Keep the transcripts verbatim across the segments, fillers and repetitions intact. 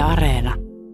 Areena.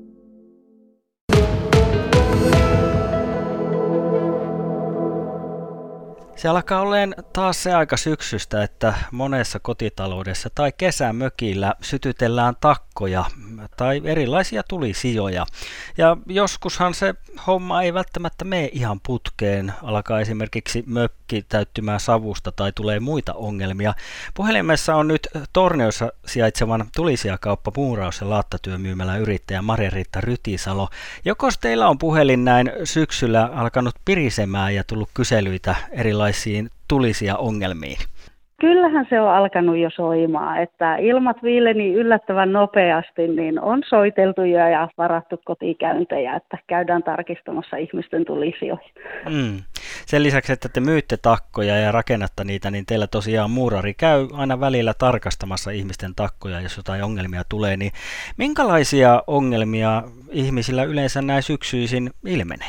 Se alkaa olemaan taas se aika syksystä, että monessa kotitaloudessa tai kesämökillä sytytellään takkoja tai erilaisia tulisijoja. Ja joskushan se homma ei välttämättä mene ihan putkeen. Alkaa esimerkiksi mökki täyttymään savusta tai tulee muita ongelmia. Puhelimessa on nyt Torniossa sijaitsevan tulisiakauppa muuraus- ja laattatyömyymälän yrittäjä Marja-Riitta Rytisalo. Jokos teillä on puhelin näin syksyllä alkanut pirisemään ja tullut kyselyitä erilaisiin tulisia ongelmiin? Kyllähän se on alkanut jo soimaan, että ilmat viileni yllättävän nopeasti, niin on soiteltu ja varattu kotikäyntejä, että käydään tarkistamassa ihmisten tulisijoihin. Mm. Sen lisäksi, että te myytte takkoja ja rakennatte niitä, niin teillä tosiaan muurari käy aina välillä tarkastamassa ihmisten takkoja, jos jotain ongelmia tulee. Niin minkälaisia ongelmia ihmisillä yleensä näin syksyisin ilmenee?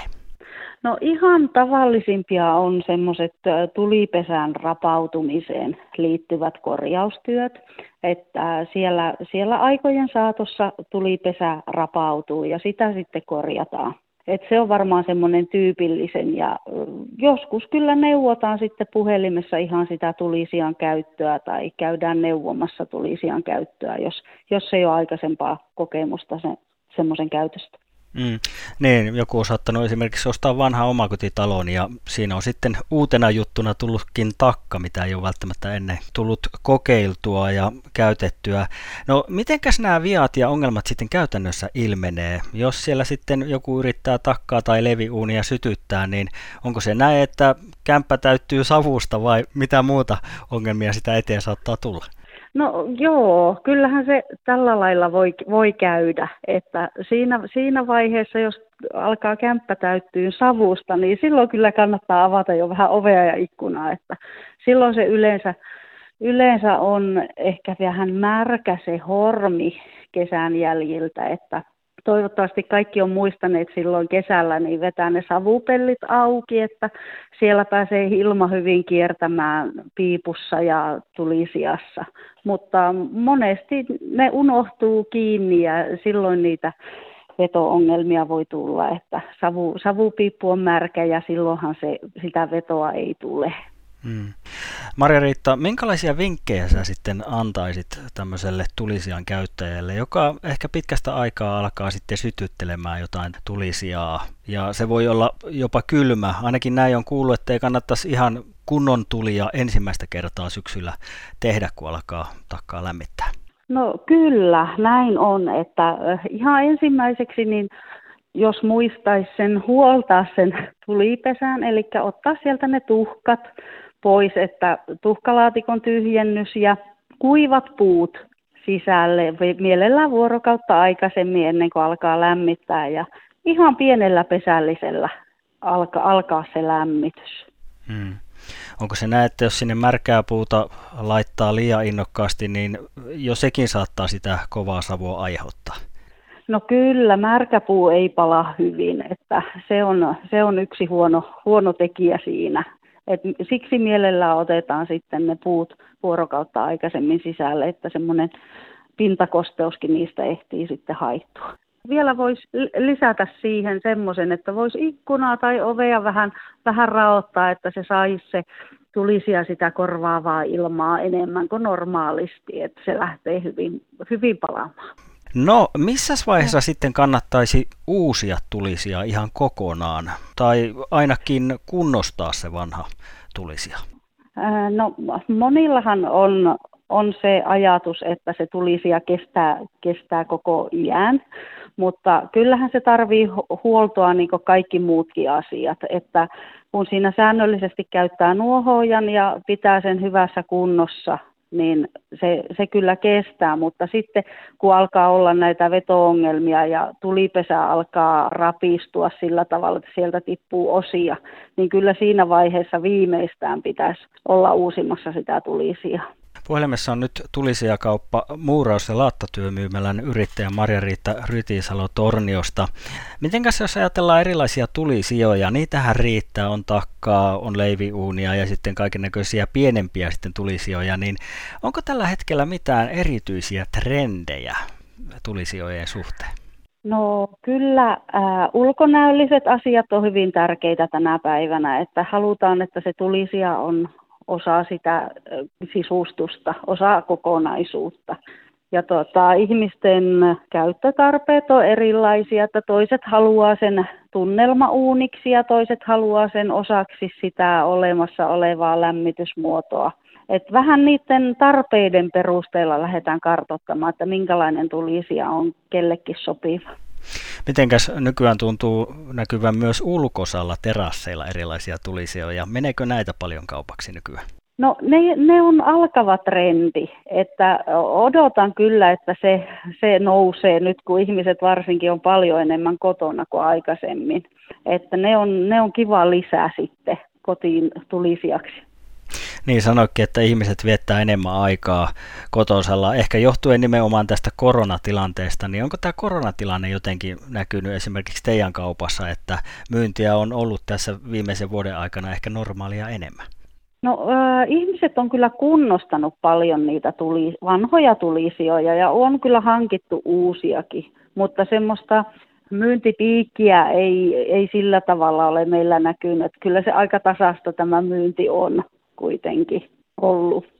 No ihan tavallisimpia on semmoiset tulipesän rapautumiseen liittyvät korjaustyöt, että siellä, siellä aikojen saatossa tulipesä rapautuu ja sitä sitten korjataan. Et se on varmaan semmoinen tyypillisen ja joskus kyllä neuvotaan sitten puhelimessa ihan sitä tulisijan käyttöä tai käydään neuvomassa tulisijan käyttöä, jos, jos ei ole aikaisempaa kokemusta sen, semmoisen käytöstä. Mm, niin, joku on saattanut esimerkiksi ostaa vanhan omakotitalon ja siinä on sitten uutena juttuna tullutkin takka, mitä ei ole välttämättä ennen tullut kokeiltua ja käytettyä. No, mitenkäs nämä viat ja ongelmat sitten käytännössä ilmenee? Jos siellä sitten joku yrittää takkaa tai leviuunia sytyttää, niin onko se näin, että kämppä täyttyy savusta vai mitä muuta ongelmia sitä eteen saattaa tulla? No joo, kyllähän se tällä lailla voi, voi käydä, että siinä, siinä vaiheessa, jos alkaa kämppä täyttyä savusta, niin silloin kyllä kannattaa avata jo vähän ovea ja ikkunaa, että silloin se yleensä, yleensä on ehkä vähän märkä se hormi kesän jäljiltä, että toivottavasti kaikki on muistaneet silloin kesällä niin vetää ne savupellit auki, että siellä pääsee ilma hyvin kiertämään piipussa ja tulisijassa. Mutta monesti ne unohtuu kiinni ja silloin niitä veto-ongelmia voi tulla, että savu, savupiippu on märkä ja silloinhan se, sitä vetoa ei tule. Hmm. Marja-Riitta, minkälaisia vinkkejä sä sitten antaisit tämmöiselle tulisijan käyttäjälle, joka ehkä pitkästä aikaa alkaa sitten sytyttelemään jotain tulisijaa ja se voi olla jopa kylmä, ainakin näin on kuullut, että ei kannattaisi ihan kunnon tulia ensimmäistä kertaa syksyllä tehdä, kun alkaa takkaa lämmittää. No kyllä, näin on, että ihan ensimmäiseksi niin jos muistaisi sen huoltaa sen tulipesän, eli ottaa sieltä ne tuhkat pois, että tuhkalaatikon tyhjennys ja kuivat puut sisälle, mielellään vuorokautta aikaisemmin ennen kuin alkaa lämmittää ja ihan pienellä pesällisellä alka, alkaa se lämmitys. Hmm. Onko se näin, että jos sinne märkää puuta laittaa liian innokkaasti, niin jo sekin saattaa sitä kovaa savua aiheuttaa? No kyllä, märkäpuu ei pala hyvin, että se on, se on yksi huono, huono tekijä siinä. Et siksi mielellään otetaan sitten ne puut vuorokautta aikaisemmin sisälle, että semmoinen pintakosteuskin niistä ehtii sitten haittua. Vielä voisi lisätä siihen semmoisen, että voisi ikkunaa tai ovea vähän, vähän raottaa, että se saisi se tulisija sitä korvaavaa ilmaa enemmän kuin normaalisti, että se lähtee hyvin, hyvin palaamaan. No, missäs vaiheessa no. sitten kannattaisi uusia tulisija ihan kokonaan, tai ainakin kunnostaa se vanha tulisija? No, monillahan on, on se ajatus, että se tulisija kestää, kestää koko iän, mutta kyllähän se tarvii huoltoa niin kuin kaikki muutkin asiat, että kun siinä säännöllisesti käyttää nuohoojan ja pitää sen hyvässä kunnossa, niin se, se kyllä kestää, mutta sitten kun alkaa olla näitä veto-ongelmia ja tulipesä alkaa rapistua sillä tavalla, että sieltä tippuu osia, niin kyllä siinä vaiheessa viimeistään pitäisi olla uusimassa sitä tulisijaa. Puhelimessa on nyt tulisijakauppa muuraus- ja laattatyömyymälän yrittäjä Marja-Riitta Rytisalo Torniosta. Mitenkäs jos ajatellaan erilaisia tulisijoja, niitähän riittää, on takkaa, on leiviuunia ja sitten kaikennäköisiä pienempiä sitten tulisijoja, niin onko tällä hetkellä mitään erityisiä trendejä tulisijojen suhteen? No kyllä äh, ulkonäölliset asiat on hyvin tärkeitä tänä päivänä, että halutaan, että se tulisija on osa sitä äh, sisustusta, osa kokonaisuutta. Ja tota, ihmisten käyttötarpeet on erilaisia, että toiset haluaa sen tunnelmauuniksi ja toiset haluaa sen osaksi sitä olemassa olevaa lämmitysmuotoa. Et vähän niiden tarpeiden perusteella lähdetään kartoittamaan, että minkälainen tulisija on kellekin sopiva. Mitenkäs nykyään tuntuu näkyvän myös ulkosalla terasseilla erilaisia tulisijoja? Meneekö näitä paljon kaupaksi nykyään? No ne, ne on alkava trendi, että odotan kyllä, että se, se nousee nyt, kun ihmiset varsinkin on paljon enemmän kotona kuin aikaisemmin. Että ne on, ne on kiva lisää sitten kotiin tulisijaksi. Niin sanoikin, että ihmiset viettää enemmän aikaa kotosalla, ehkä johtuen nimenomaan tästä koronatilanteesta, niin onko tämä koronatilanne jotenkin näkynyt esimerkiksi teidän kaupassa, että myyntiä on ollut tässä viimeisen vuoden aikana ehkä normaalia enemmän? No äh, ihmiset on kyllä kunnostanut paljon niitä tuli, vanhoja tulisijoja ja on kyllä hankittu uusiakin, mutta semmoista myyntipiikkiä ei, ei sillä tavalla ole meillä näkynyt. Kyllä se aika tasasta tämä myynti on kuitenkin ollut.